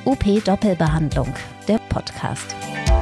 UP Doppelbehandlung, der Podcast.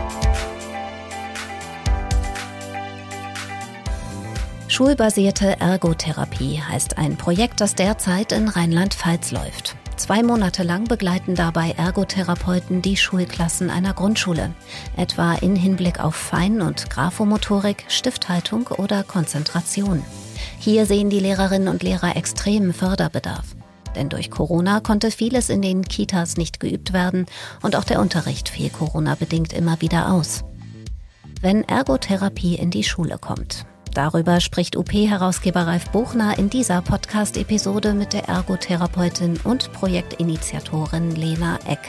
Schulbasierte Ergotherapie heißt ein Projekt, das derzeit in Rheinland-Pfalz läuft. 2 Monate lang begleiten dabei Ergotherapeuten die Schulklassen einer Grundschule, etwa in Hinblick auf Fein- und Graphomotorik, Stifthaltung oder Konzentration. Hier sehen die Lehrerinnen und Lehrer extremen Förderbedarf. Denn durch Corona konnte vieles in den Kitas nicht geübt werden und auch der Unterricht fiel Corona-bedingt immer wieder aus. Wenn Ergotherapie in die Schule kommt. Darüber spricht UP-Herausgeber Ralf Buchner in dieser Podcast-Episode mit der Ergotherapeutin und Projektinitiatorin Lena Eck.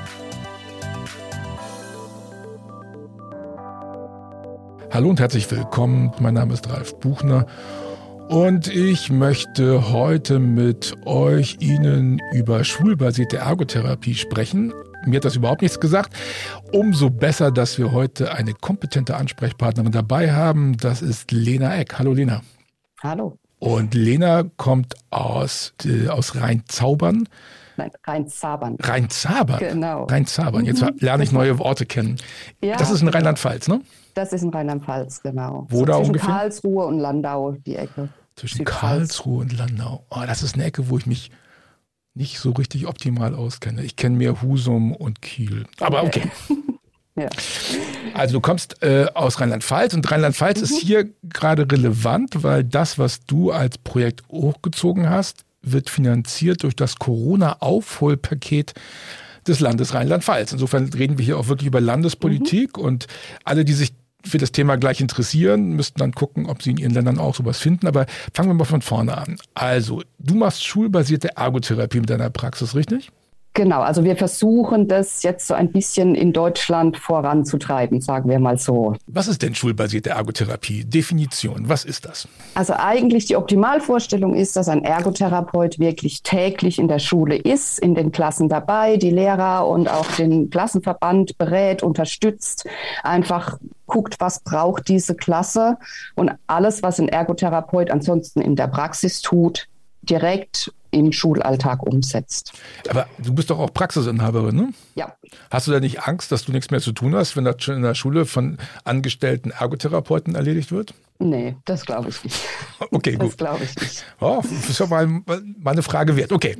Hallo und herzlich willkommen. Mein Name ist Ralf Buchner und ich möchte heute mit Ihnen über schulbasierte Ergotherapie sprechen. Mir hat das überhaupt nichts gesagt. Umso besser, dass wir heute eine kompetente Ansprechpartnerin dabei haben. Das ist Lena Eck. Hallo Lena. Hallo. Und Lena kommt aus Rheinzaubern. Nein, Rheinzabern. Rheinzabern? Genau. Rheinzabern. Jetzt lerne ich neue Worte kennen. Ja, das ist in Rheinland-Pfalz, ne? Das ist in Rheinland-Pfalz, genau. Wo da ungefähr? Zwischen Karlsruhe und Landau, die Ecke. Zwischen Karlsruhe und Landau. Oh, das ist eine Ecke, wo ich mich nicht so richtig optimal auskenne. Ich kenne mehr Husum und Kiel. Aber okay. Ja. Also du kommst aus Rheinland-Pfalz und Rheinland-Pfalz ist hier gerade relevant, weil das, was du als Projekt hochgezogen hast, wird finanziert durch das Corona-Aufholpaket des Landes Rheinland-Pfalz. Insofern reden wir hier auch wirklich über Landespolitik und alle, die sich für das Thema gleich interessieren, müssten dann gucken, ob sie in ihren Ländern auch sowas finden. Aber fangen wir mal von vorne an. Also, du machst schulbasierte Ergotherapie mit deiner Praxis, richtig? Genau, also wir versuchen das jetzt so ein bisschen in Deutschland voranzutreiben, sagen wir mal so. Was ist denn schulbasierte Ergotherapie? Definition, was ist das? Also eigentlich die Optimalvorstellung ist, dass ein Ergotherapeut wirklich täglich in der Schule ist, in den Klassen dabei, die Lehrer und auch den Klassenverband berät, unterstützt, einfach guckt, was braucht diese Klasse und alles, was ein Ergotherapeut ansonsten in der Praxis tut, direkt im Schulalltag umsetzt. Aber du bist doch auch Praxisinhaberin, ne? Ja. Hast du da nicht Angst, dass du nichts mehr zu tun hast, wenn das schon in der Schule von angestellten Ergotherapeuten erledigt wird? Nee, das glaube ich nicht. Okay, gut. Das glaube ich nicht. Oh, das ist ja mal eine Frage wert. Okay.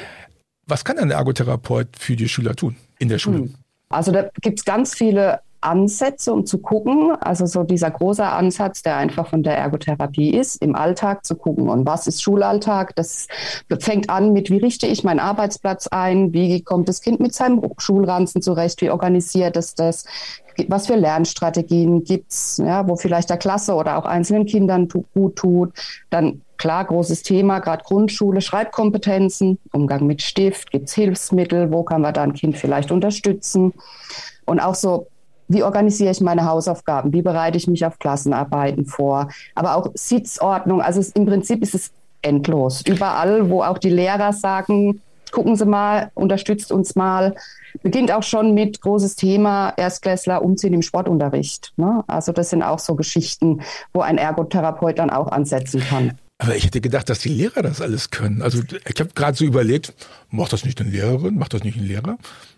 Was kann ein Ergotherapeut für die Schüler tun in der Schule? Also da gibt es ganz viele Ansätze, um zu gucken, also so dieser große Ansatz, der einfach von der Ergotherapie ist, im Alltag zu gucken. Und was ist Schulalltag? Das fängt an mit, wie richte ich meinen Arbeitsplatz ein? Wie kommt das Kind mit seinem Schulranzen zurecht? Wie organisiert es das? Was für Lernstrategien gibt's, ja, wo vielleicht der Klasse oder auch einzelnen Kindern gut tut? Dann klar, großes Thema, gerade Grundschule, Schreibkompetenzen, Umgang mit Stift, gibt's Hilfsmittel, wo kann man da ein Kind vielleicht unterstützen? Und auch so, wie organisiere ich meine Hausaufgaben? Wie bereite ich mich auf Klassenarbeiten vor? Aber auch Sitzordnung. Also im Prinzip ist es endlos. Überall, wo auch die Lehrer sagen, gucken Sie mal, unterstützt uns mal. Beginnt auch schon mit großes Thema Erstklässler umziehen im Sportunterricht. Ne? Also das sind auch so Geschichten, wo ein Ergotherapeut dann auch ansetzen kann. Aber ich hätte gedacht, dass die Lehrer das alles können. Also ich habe gerade so überlegt, macht das nicht eine Lehrerin? Macht das nicht ein Lehrer?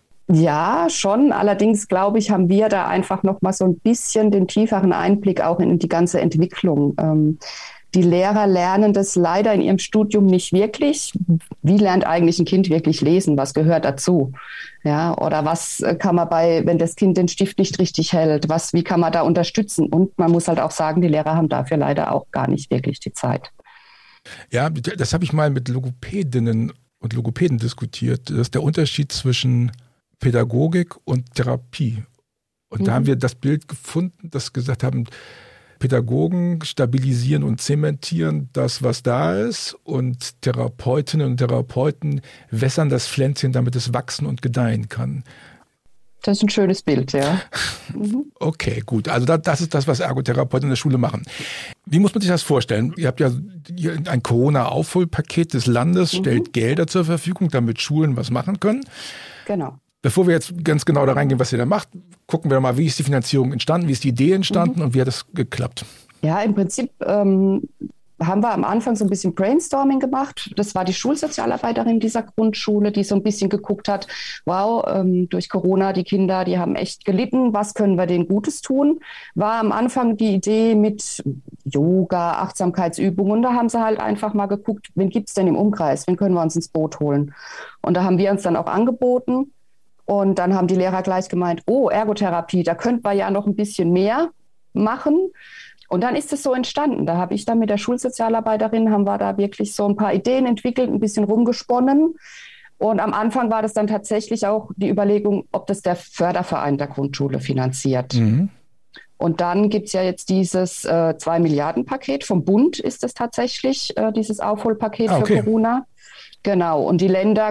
Ja, schon. Allerdings, glaube ich, haben wir da einfach noch mal so ein bisschen den tieferen Einblick auch in die ganze Entwicklung. Die Lehrer lernen das leider in ihrem Studium nicht wirklich. Wie lernt eigentlich ein Kind wirklich lesen? Was gehört dazu? Ja, oder was kann man wenn das Kind den Stift nicht richtig hält? Wie kann man da unterstützen? Und man muss halt auch sagen, die Lehrer haben dafür leider auch gar nicht wirklich die Zeit. Ja, das habe ich mal mit Logopädinnen und Logopäden diskutiert. Das ist der Unterschied zwischen Pädagogik und Therapie. Und da haben wir das Bild gefunden, das gesagt haben, Pädagogen stabilisieren und zementieren das, was da ist, und Therapeutinnen und Therapeuten wässern das Pflänzchen, damit es wachsen und gedeihen kann. Das ist ein schönes Bild, ja. Okay, gut. Also das ist das, was Ergotherapeuten in der Schule machen. Wie muss man sich das vorstellen? Ihr habt ja ein Corona-Aufholpaket des Landes, stellt Gelder zur Verfügung, damit Schulen was machen können. Genau. Bevor wir jetzt ganz genau da reingehen, was ihr da macht, gucken wir mal, wie ist die Finanzierung entstanden, wie ist die Idee entstanden und wie hat es geklappt? Ja, im Prinzip haben wir am Anfang so ein bisschen Brainstorming gemacht. Das war die Schulsozialarbeiterin dieser Grundschule, die so ein bisschen geguckt hat, wow, durch Corona, die Kinder, die haben echt gelitten, was können wir denen Gutes tun? War am Anfang die Idee mit Yoga, Achtsamkeitsübungen. Da haben sie halt einfach mal geguckt, wen gibt es denn im Umkreis, wen können wir uns ins Boot holen? Und da haben wir uns dann auch angeboten. Und dann haben die Lehrer gleich gemeint, oh, Ergotherapie, da könnten wir ja noch ein bisschen mehr machen. Und dann ist es so entstanden. Da habe ich dann mit der Schulsozialarbeiterin, haben wir da wirklich so ein paar Ideen entwickelt, ein bisschen rumgesponnen. Und am Anfang war das dann tatsächlich auch die Überlegung, ob das der Förderverein der Grundschule finanziert. Mhm. Und dann gibt es ja jetzt dieses 2-Milliarden-Paket vom Bund, ist es tatsächlich, dieses Aufholpaket für Corona. Genau. Und die Länder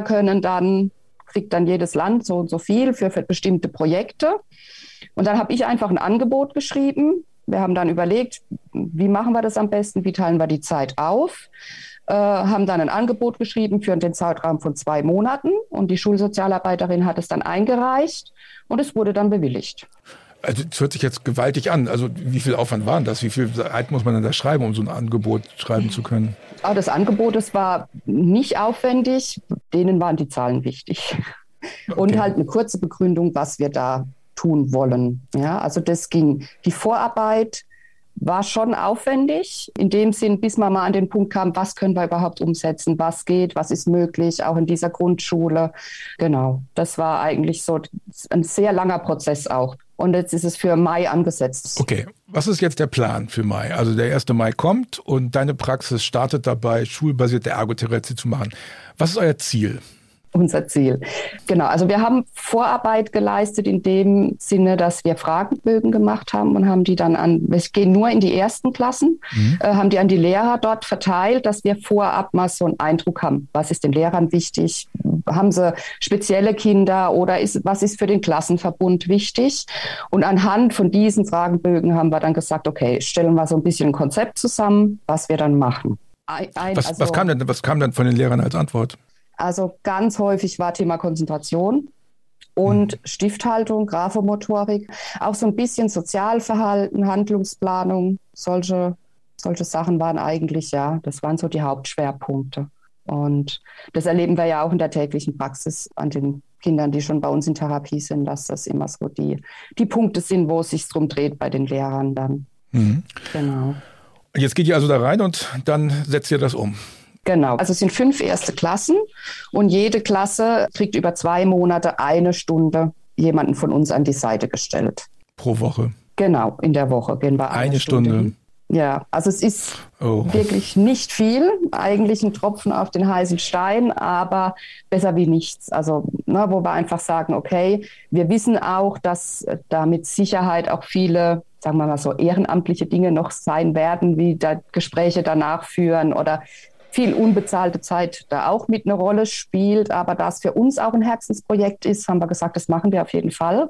kriegt dann jedes Land so und so viel für bestimmte Projekte. Und dann habe ich einfach ein Angebot geschrieben. Wir haben dann überlegt, wie machen wir das am besten, wie teilen wir die Zeit auf, haben dann ein Angebot geschrieben für den Zeitraum von 2 Monaten und die Schulsozialarbeiterin hat es dann eingereicht und es wurde dann bewilligt. Also es hört sich jetzt gewaltig an. Also wie viel Aufwand war das? Wie viel Zeit muss man denn da schreiben, um so ein Angebot schreiben zu können? Das Angebot, das war nicht aufwendig, denen waren die Zahlen wichtig. Okay. Und halt eine kurze Begründung, was wir da tun wollen. Ja, also das ging. Die Vorarbeit war schon aufwendig, in dem Sinn, bis man mal an den Punkt kam, was können wir überhaupt umsetzen, was geht, was ist möglich, auch in dieser Grundschule. Genau, das war eigentlich so ein sehr langer Prozess auch. Und jetzt ist es für Mai angesetzt. Okay, was ist jetzt der Plan für Mai? Also der 1. Mai kommt und deine Praxis startet dabei, schulbasierte Ergotherapie zu machen. Was ist euer Ziel? Unser Ziel. Genau, also wir haben Vorarbeit geleistet in dem Sinne, dass wir Fragebögen gemacht haben und haben die dann wir gehen nur in die ersten Klassen, haben die an die Lehrer dort verteilt, dass wir vorab mal so einen Eindruck haben, was ist den Lehrern wichtig, haben sie spezielle Kinder oder was ist für den Klassenverbund wichtig? Und anhand von diesen Fragebögen haben wir dann gesagt, okay, stellen wir so ein bisschen ein Konzept zusammen, was wir dann machen. Was kam denn von den Lehrern als Antwort? Also ganz häufig war Thema Konzentration und Stifthaltung, Graphomotorik, auch so ein bisschen Sozialverhalten, Handlungsplanung, solche Sachen waren eigentlich, das waren so die Hauptschwerpunkte. Und das erleben wir ja auch in der täglichen Praxis an den Kindern, die schon bei uns in Therapie sind, dass das immer so die Punkte sind, wo es sich drum dreht bei den Lehrern dann. Mhm. Genau. Jetzt geht ihr also da rein und dann setzt ihr das um. Genau, also es sind 5 erste Klassen und jede Klasse kriegt über 2 Monate 1 Stunde jemanden von uns an die Seite gestellt. Pro Woche? Genau, in der Woche gehen wir eine Stunde. Ja, also es ist wirklich nicht viel, eigentlich ein Tropfen auf den heißen Stein, aber besser wie nichts. Also wo wir einfach sagen, okay, wir wissen auch, dass da mit Sicherheit auch viele, sagen wir mal so, ehrenamtliche Dinge noch sein werden, wie da Gespräche danach führen oder viel unbezahlte Zeit da auch mit eine Rolle spielt. Aber da es für uns auch ein Herzensprojekt ist, haben wir gesagt, das machen wir auf jeden Fall.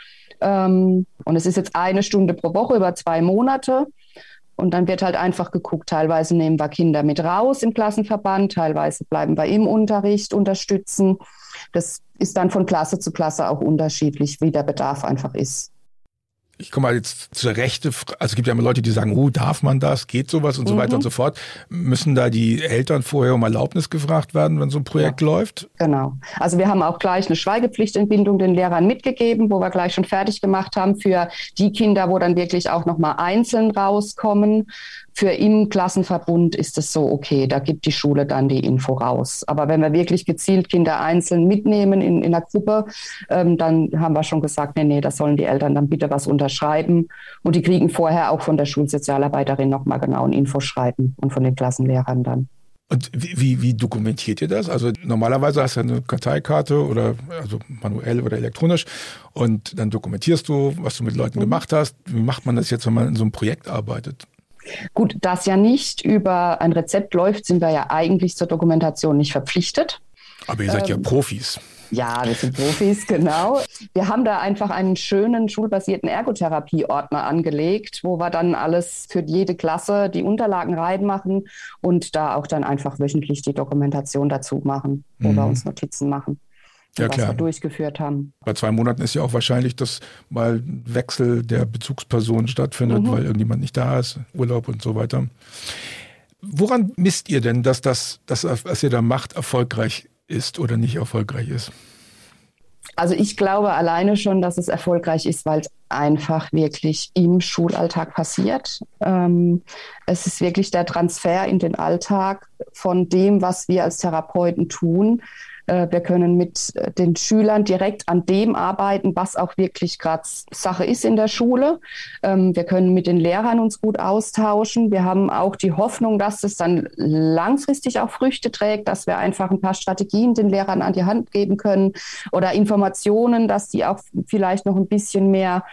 Und es ist jetzt 1 Stunde pro Woche über 2 Monate. Und dann wird halt einfach geguckt, teilweise nehmen wir Kinder mit raus im Klassenverband, teilweise bleiben wir im Unterricht, unterstützen. Das ist dann von Klasse zu Klasse auch unterschiedlich, wie der Bedarf einfach ist. Ich komme mal jetzt zur Rechte, also es gibt ja immer Leute, die sagen, darf man das, geht sowas und so weiter und so fort. Müssen da die Eltern vorher um Erlaubnis gefragt werden, wenn so ein Projekt läuft? Genau. Also wir haben auch gleich eine Schweigepflichtentbindung den Lehrern mitgegeben, wo wir gleich schon fertig gemacht haben für die Kinder, wo dann wirklich auch nochmal einzeln rauskommen. Für im Klassenverbund ist es so, okay, da gibt die Schule dann die Info raus. Aber wenn wir wirklich gezielt Kinder einzeln mitnehmen in einer Gruppe, dann haben wir schon gesagt, nee, da sollen die Eltern dann bitte was unterschreiben. Und die kriegen vorher auch von der Schulsozialarbeiterin nochmal genau ein Infoschreiben und von den Klassenlehrern dann. Und wie dokumentiert ihr das? Also normalerweise hast du eine Karteikarte oder also manuell oder elektronisch und dann dokumentierst du, was du mit Leuten gemacht hast. Wie macht man das jetzt, wenn man in so einem Projekt arbeitet? Gut, da es ja nicht über ein Rezept läuft, sind wir ja eigentlich zur Dokumentation nicht verpflichtet. Aber ihr seid ja Profis. Ja, wir sind Profis, genau. Wir haben da einfach einen schönen schulbasierten Ergotherapie-Ordner angelegt, wo wir dann alles für jede Klasse die Unterlagen reinmachen und da auch dann einfach wöchentlich die Dokumentation dazu machen, wo wir uns Notizen machen. Ja, klar. Was wir durchgeführt haben. Bei 2 Monaten ist ja auch wahrscheinlich, dass mal Wechsel der Bezugsperson stattfindet, weil irgendjemand nicht da ist, Urlaub und so weiter. Woran misst ihr denn, dass das, was ihr da macht, erfolgreich ist oder nicht erfolgreich ist? Also ich glaube alleine schon, dass es erfolgreich ist, weil es einfach wirklich im Schulalltag passiert. Es ist wirklich der Transfer in den Alltag von dem, was wir als Therapeuten tun. Wir können mit den Schülern direkt an dem arbeiten, was auch wirklich gerade Sache ist in der Schule. Wir können mit den Lehrern uns gut austauschen. Wir haben auch die Hoffnung, dass es dann langfristig auch Früchte trägt, dass wir einfach ein paar Strategien den Lehrern an die Hand geben können oder Informationen, dass die auch vielleicht noch ein bisschen mehr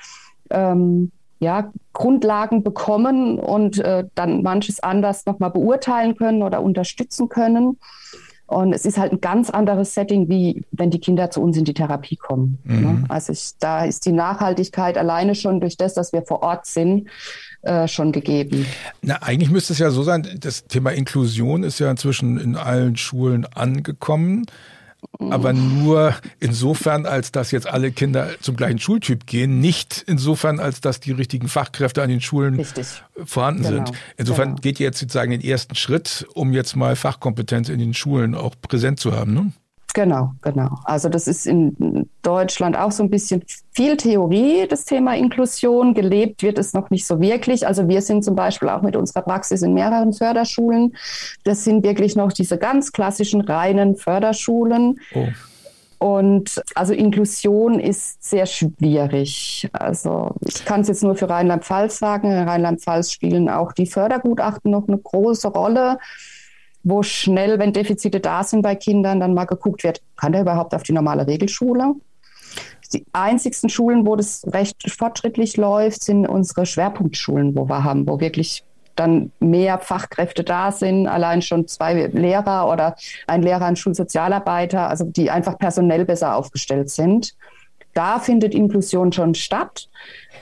Grundlagen bekommen und dann manches anders nochmal beurteilen können oder unterstützen können. Und es ist halt ein ganz anderes Setting, wie wenn die Kinder zu uns in die Therapie kommen. Mhm. Also da ist die Nachhaltigkeit alleine schon durch das, dass wir vor Ort sind, schon gegeben. Na, eigentlich müsste es ja so sein, das Thema Inklusion ist ja inzwischen in allen Schulen angekommen. Aber nur insofern, als dass jetzt alle Kinder zum gleichen Schultyp gehen, nicht insofern, als dass die richtigen Fachkräfte an den Schulen vorhanden sind. Insofern geht ihr jetzt sozusagen den ersten Schritt, um jetzt mal Fachkompetenz in den Schulen auch präsent zu haben, ne? Genau. Also das ist in Deutschland auch so ein bisschen viel Theorie, das Thema Inklusion. Gelebt wird es noch nicht so wirklich. Also wir sind zum Beispiel auch mit unserer Praxis in mehreren Förderschulen. Das sind wirklich noch diese ganz klassischen reinen Förderschulen. Oh. Und also Inklusion ist sehr schwierig. Also ich kann es jetzt nur für Rheinland-Pfalz sagen. In Rheinland-Pfalz spielen auch die Fördergutachten noch eine große Rolle, wo schnell, wenn Defizite da sind bei Kindern, dann mal geguckt wird, kann der überhaupt auf die normale Regelschule? Die einzigsten Schulen, wo das recht fortschrittlich läuft, sind unsere Schwerpunktschulen, wo wir haben, wo wirklich dann mehr Fachkräfte da sind, allein schon 2 Lehrer oder ein Lehrer, ein Schulsozialarbeiter, also die einfach personell besser aufgestellt sind. Da findet Inklusion schon statt,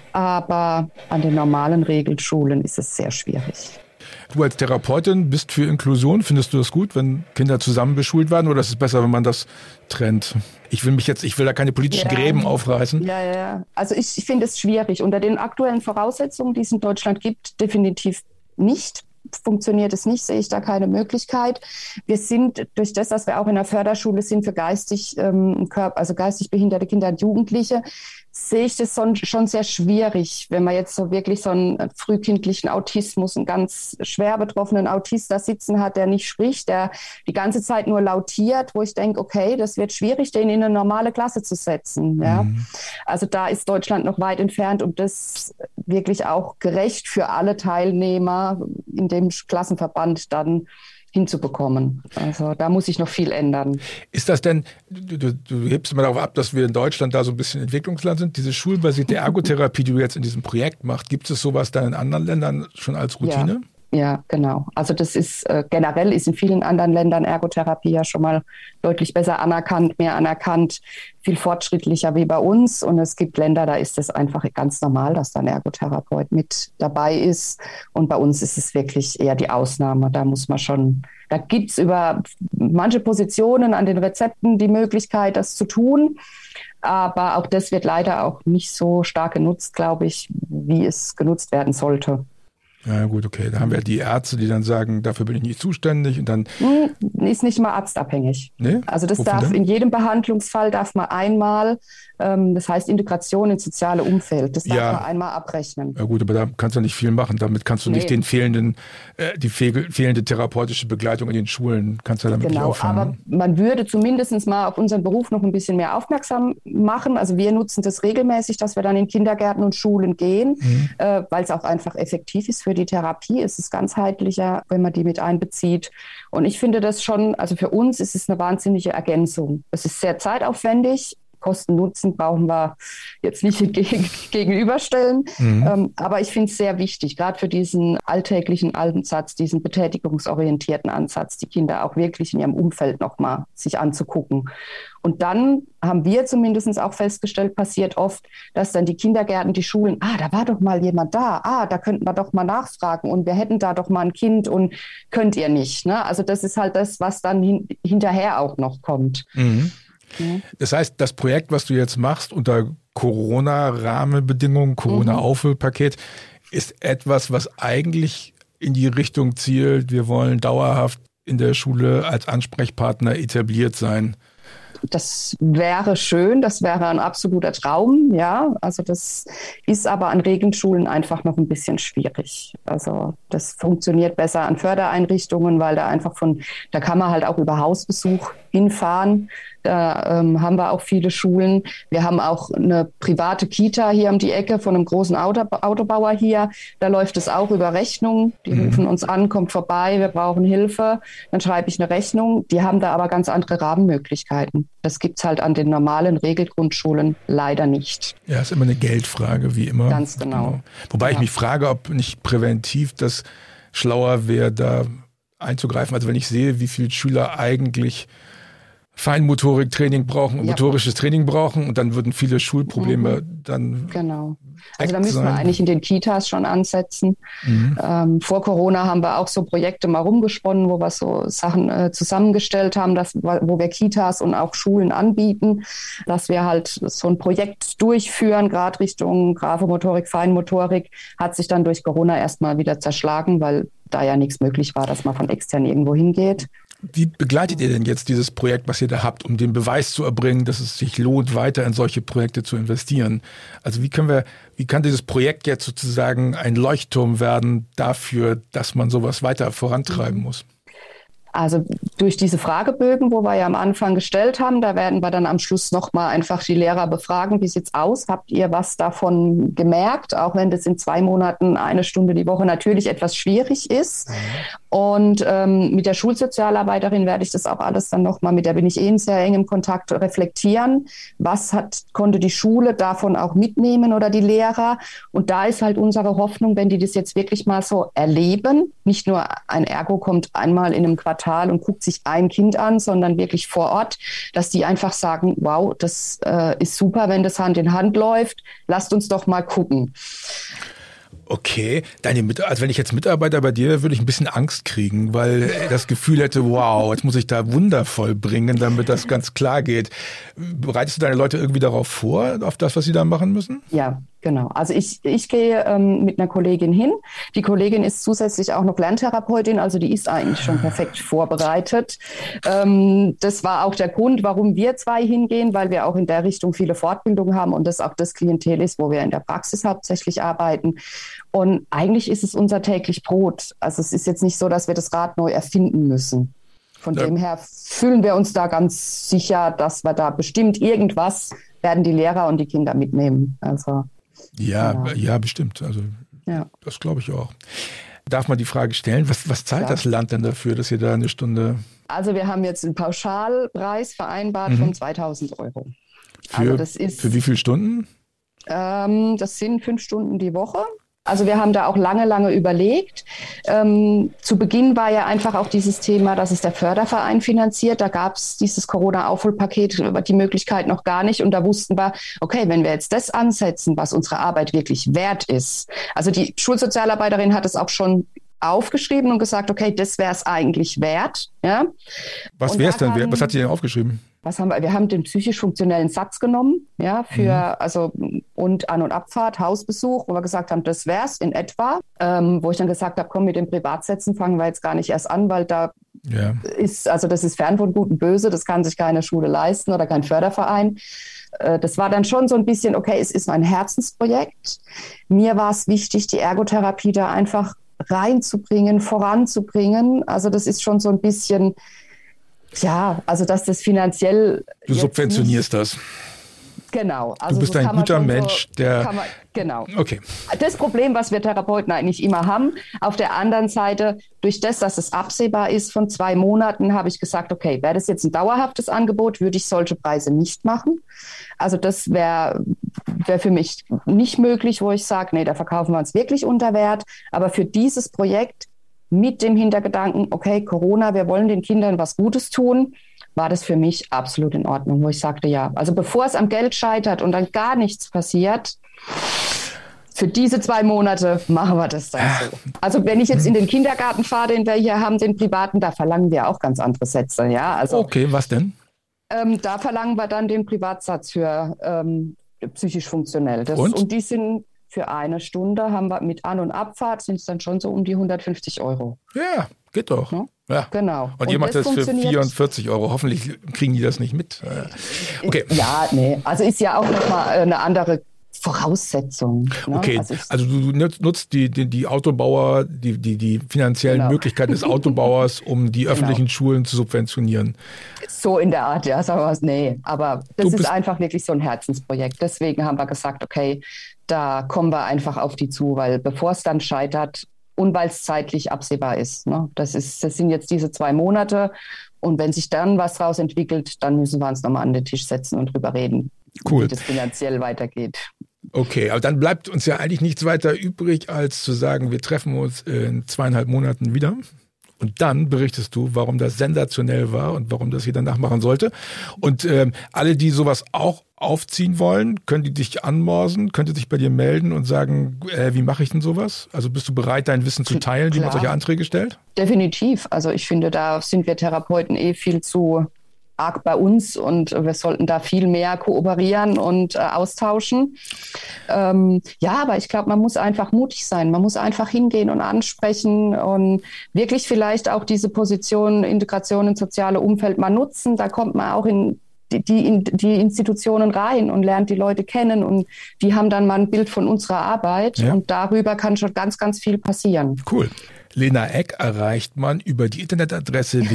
aber an den normalen Regelschulen ist es sehr schwierig. Du als Therapeutin bist für Inklusion. Findest du das gut, wenn Kinder zusammen beschult werden, oder ist es besser, wenn man das trennt? Ich will da keine politischen Gräben aufreißen. Ja. Also ich finde es schwierig. Unter den aktuellen Voraussetzungen, die es in Deutschland gibt, definitiv nicht. Funktioniert es nicht, sehe ich da keine Möglichkeit. Wir sind durch das, dass wir auch in der Förderschule sind für geistig behinderte Kinder und Jugendliche, sehe ich das schon sehr schwierig, wenn man jetzt so wirklich so einen frühkindlichen Autismus, einen ganz schwer betroffenen Autist da sitzen hat, der nicht spricht, der die ganze Zeit nur lautiert, wo ich denke, okay, das wird schwierig, den in eine normale Klasse zu setzen. Ja? Also da ist Deutschland noch weit entfernt, um das wirklich auch gerecht für alle Teilnehmer in dem Klassenverband dann hinzubekommen. Also da muss sich noch viel ändern. Ist das denn, du hebst immer darauf ab, dass wir in Deutschland da so ein bisschen Entwicklungsland sind, diese schulbasierte Ergotherapie, die du jetzt in diesem Projekt machst, gibt es sowas dann in anderen Ländern schon als Routine? Ja, genau. Also das ist generell ist in vielen anderen Ländern Ergotherapie ja schon mal deutlich besser anerkannt, mehr anerkannt, viel fortschrittlicher wie bei uns. Und es gibt Länder, da ist es einfach ganz normal, dass da ein Ergotherapeut mit dabei ist. Und bei uns ist es wirklich eher die Ausnahme. Da gibt es über manche Positionen an den Rezepten die Möglichkeit, das zu tun. Aber auch das wird leider auch nicht so stark genutzt, glaube ich, wie es genutzt werden sollte. Ja gut, okay. Da haben wir die Ärzte, die dann sagen, dafür bin ich nicht zuständig. Und dann ist nicht mal arztabhängig. Nee? Also das darf in jedem Behandlungsfall man einmal, das heißt Integration ins soziale Umfeld, das darf man einmal abrechnen. Ja gut, aber da kannst du nicht viel machen. Damit kannst du nicht die fehlende therapeutische Begleitung in den Schulen, kannst du damit nicht auffangen. Aber man würde zumindest mal auf unseren Beruf noch ein bisschen mehr aufmerksam machen. Also wir nutzen das regelmäßig, dass wir dann in Kindergärten und Schulen gehen, weil es auch einfach effektiv ist für die Therapie. Es ist ganzheitlicher, wenn man die mit einbezieht. Und ich finde das schon, also für uns ist es eine wahnsinnige Ergänzung. Es ist sehr zeitaufwendig. Kosten-Nutzen brauchen wir jetzt nicht gegenüberstellen. Aber ich finde es sehr wichtig, gerade für diesen alltäglichen Ansatz, diesen betätigungsorientierten Ansatz, die Kinder auch wirklich in ihrem Umfeld nochmal sich anzugucken. Und dann haben wir zumindest auch festgestellt, passiert oft, dass dann die Kindergärten, die Schulen, da war doch mal jemand da, da könnten wir doch mal nachfragen und wir hätten da doch mal ein Kind und könnt ihr nicht. Ne? Also das ist halt das, was dann hinterher auch noch kommt. Das heißt, das Projekt, was du jetzt machst unter Corona-Rahmenbedingungen, Corona-Aufholpaket, ist etwas, was eigentlich in die Richtung zielt, wir wollen dauerhaft in der Schule als Ansprechpartner etabliert sein? Das wäre schön, das wäre ein absoluter Traum, ja. Also das ist aber an Regelschulen einfach noch ein bisschen schwierig. Also das funktioniert besser an Fördereinrichtungen, weil da kann man halt auch über Hausbesuch hinfahren. Da haben wir auch viele Schulen. Wir haben auch eine private Kita hier um die Ecke von einem großen Autobauer hier. Da läuft es auch über Rechnung. Die rufen uns an, kommt vorbei, wir brauchen Hilfe. Dann schreibe ich eine Rechnung. Die haben da aber ganz andere Rahmenmöglichkeiten. Das gibt's halt an den normalen Regelgrundschulen leider nicht. Ja, ist immer eine Geldfrage, wie immer. Ganz genau. Wobei ich mich frage, ob nicht präventiv das schlauer wäre, da einzugreifen. Also wenn ich sehe, wie viele Schüler eigentlich Feinmotorik-Training brauchen und motorisches Training brauchen und dann würden viele Schulprobleme dann Genau. Also da müssen wir eigentlich in den Kitas schon ansetzen. Vor Corona haben wir auch so Projekte mal rumgesponnen, wo wir so Sachen zusammengestellt haben, wo wir Kitas und auch Schulen anbieten, dass wir halt so ein Projekt durchführen, gerade Richtung Grafomotorik, Feinmotorik, hat sich dann durch Corona erstmal wieder zerschlagen, weil da ja nichts möglich war, dass man von extern irgendwo hingeht. Wie begleitet ihr denn jetzt dieses Projekt, was ihr da habt, um den Beweis zu erbringen, dass es sich lohnt, weiter in solche Projekte zu investieren? Also wie kann dieses Projekt jetzt sozusagen ein Leuchtturm werden dafür, dass man sowas weiter vorantreiben muss? Also durch diese Fragebögen, wo wir ja am Anfang gestellt haben, da werden wir dann am Schluss nochmal einfach die Lehrer befragen, wie sieht's aus? Habt ihr was davon gemerkt? Auch wenn das in 2 Monaten 1 Stunde die Woche natürlich etwas schwierig ist. Und mit der Schulsozialarbeiterin werde ich das auch alles dann nochmal, mit der bin ich in sehr engem Kontakt, reflektieren. Was konnte die Schule davon auch mitnehmen oder die Lehrer? Und da ist halt unsere Hoffnung, wenn die das jetzt wirklich mal so erleben, nicht nur ein Ergo kommt einmal in einem Quartal und guckt sich ein Kind an, sondern wirklich vor Ort, dass die einfach sagen, wow, das ist super, wenn das Hand in Hand läuft, lasst uns doch mal gucken. Okay, also wenn ich jetzt Mitarbeiter bei dir wäre, würde ich ein bisschen Angst kriegen, weil das Gefühl hätte, wow, jetzt muss ich da Wunder vollbringen, damit das ganz klar geht. Bereitest du deine Leute irgendwie darauf vor, auf das, was sie da machen müssen? Ja, genau. Also ich gehe mit einer Kollegin hin. Die Kollegin ist zusätzlich auch noch Lerntherapeutin, also die ist eigentlich schon perfekt vorbereitet. Das war auch der Grund, warum wir 2 hingehen, weil wir auch in der Richtung viele Fortbildungen haben und das auch das Klientel ist, wo wir in der Praxis hauptsächlich arbeiten. Und eigentlich ist es unser täglich Brot. Also es ist jetzt nicht so, dass wir das Rad neu erfinden müssen. Von dem her fühlen wir uns da ganz sicher, dass wir da bestimmt irgendwas werden die Lehrer und die Kinder mitnehmen. Also ja, bestimmt. Also das glaube ich auch. Darf man die Frage stellen, was zahlt das Land denn dafür, dass ihr da 1 Stunde... Also wir haben jetzt einen Pauschalpreis vereinbart von 2.000 €. Für wie viele Stunden? Das sind 5 Stunden die Woche. Also wir haben da auch lange überlegt. Zu Beginn war ja einfach auch dieses Thema, dass es der Förderverein finanziert. Da gab es dieses Corona-Aufholpaket, die Möglichkeit noch gar nicht. Und da wussten wir, okay, wenn wir jetzt das ansetzen, was unsere Arbeit wirklich wert ist. Also die Schulsozialarbeiterin hat es auch schon aufgeschrieben und gesagt, okay, das wäre es eigentlich wert. Ja? Was wäre es denn wert? Was hat sie denn aufgeschrieben? Wir haben den psychisch-funktionellen Satz genommen, ja, und An- und Abfahrt, Hausbesuch, wo wir gesagt haben, das wär's in etwa. Wo ich dann gesagt habe, komm, mit den Privatsätzen fangen wir jetzt gar nicht erst an, weil das ist fern von Gut und Böse, das kann sich keine Schule leisten oder kein Förderverein. Das war dann schon so ein bisschen, okay, es ist mein Herzensprojekt. Mir war es wichtig, die Ergotherapie da einfach reinzubringen, voranzubringen. Also das ist schon so ein bisschen... Ja, also dass das finanziell... Du subventionierst das. Genau. Also du bist ein guter Mensch, genau. Okay. Das Problem, was wir Therapeuten eigentlich immer haben, auf der anderen Seite, durch das, dass es absehbar ist von 2 Monaten, habe ich gesagt, okay, wäre das jetzt ein dauerhaftes Angebot, würde ich solche Preise nicht machen. Also das wäre für mich nicht möglich, wo ich sage, nee, da verkaufen wir uns wirklich unter Wert. Aber für dieses Projekt mit dem Hintergedanken, okay, Corona, wir wollen den Kindern was Gutes tun, war das für mich absolut in Ordnung, wo ich sagte, ja. Also bevor es am Geld scheitert und dann gar nichts passiert, für diese 2 Monate machen wir das dann so. Also wenn ich jetzt in den Kindergarten fahre, den wir hier haben, den privaten, da verlangen wir auch ganz andere Sätze. Ja? Also, okay, was denn? Da verlangen wir dann den Privatsatz für psychisch funktionell. Und die sind... für eine Stunde haben wir mit An- und Abfahrt sind es dann schon so um die 150 €. Ja, geht doch. Ja. Genau. Und ihr macht das für 44 €. Hoffentlich kriegen die das nicht mit. Okay. Ja, nee. Also ist ja auch nochmal eine andere Voraussetzung. Ne? Okay, also du nutzt die Autobauer, die finanziellen Möglichkeiten des Autobauers, um die öffentlichen Schulen zu subventionieren. So in der Art, ja, sagen wir was. Nee, aber das ist einfach wirklich so ein Herzensprojekt. Deswegen haben wir gesagt, okay, da kommen wir einfach auf die zu, weil bevor es dann scheitert und weil es zeitlich absehbar ist. Ne? Das sind jetzt diese 2 Monate und wenn sich dann was draus entwickelt, dann müssen wir uns nochmal an den Tisch setzen und drüber reden, wie das finanziell weitergeht. Okay, aber dann bleibt uns ja eigentlich nichts weiter übrig, als zu sagen, wir treffen uns in 2,5 Monaten wieder. Und dann berichtest du, warum das sensationell war und warum das jeder nachmachen sollte. Und alle, die sowas auch aufziehen wollen, können die dich anmorsen, können die sich bei dir melden und sagen, wie mache ich denn sowas? Also bist du bereit, dein Wissen zu teilen, wie man solche Anträge stellt? Definitiv. Also ich finde, da sind wir Therapeuten viel zu arg bei uns und wir sollten da viel mehr kooperieren und austauschen. Ja, aber ich glaube, man muss einfach mutig sein. Man muss einfach hingehen und ansprechen und wirklich vielleicht auch diese Position Integration ins soziale Umfeld mal nutzen. Da kommt man auch in die Institutionen rein und lernt die Leute kennen und die haben dann mal ein Bild von unserer Arbeit und darüber kann schon ganz, ganz viel passieren. Cool. Lena Eck erreicht man über die Internetadresse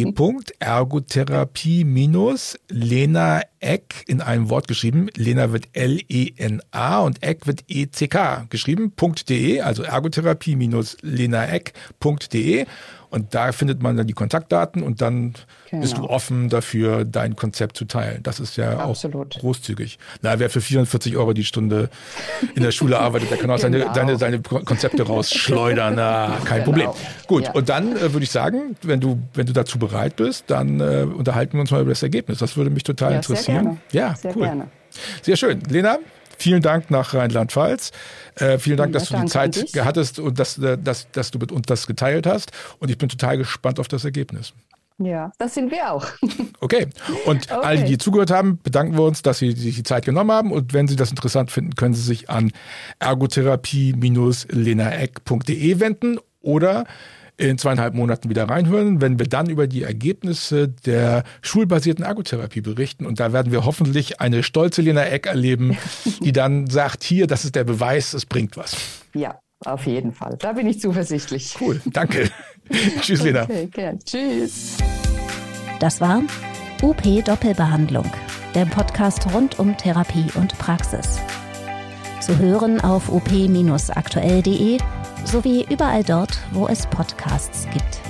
www.ergotherapie-Lena Eck in einem Wort geschrieben. Lena wird Lena und Eck wird ECK geschrieben, .de, also ergotherapie-lenaeck.de. Und da findet man dann die Kontaktdaten und dann bist du offen dafür, dein Konzept zu teilen. Das ist ja Absolut. Auch großzügig. Na, wer für 44 € die Stunde in der Schule arbeitet, der kann auch seine Konzepte rausschleudern. Na, kein Problem. Gut, und dann würde ich sagen, wenn du dazu bereit bist, dann unterhalten wir uns mal über das Ergebnis. Das würde mich total interessieren. Sehr gerne. Sehr schön. Lena, vielen Dank nach Rheinland-Pfalz. Vielen Dank, dass du die Zeit hattest und dass du mit uns das geteilt hast. Und ich bin total gespannt auf das Ergebnis. Ja, das sind wir auch. Okay. Und alle, die zugehört haben, bedanken wir uns, dass Sie sich die Zeit genommen haben. Und wenn Sie das interessant finden, können Sie sich an ergotherapie-lenaeck.de wenden oder in 2,5 Monaten wieder reinhören, wenn wir dann über die Ergebnisse der schulbasierten Ergotherapie berichten. Und da werden wir hoffentlich eine stolze Lena Eck erleben, die dann sagt, hier, das ist der Beweis, es bringt was. Ja, auf jeden Fall. Da bin ich zuversichtlich. Cool, danke. Tschüss, Lena. Okay, gerne. Tschüss. Das war UP Doppelbehandlung, der Podcast rund um Therapie und Praxis. Zu hören auf up-aktuell.de sowie überall dort, wo es Podcasts gibt.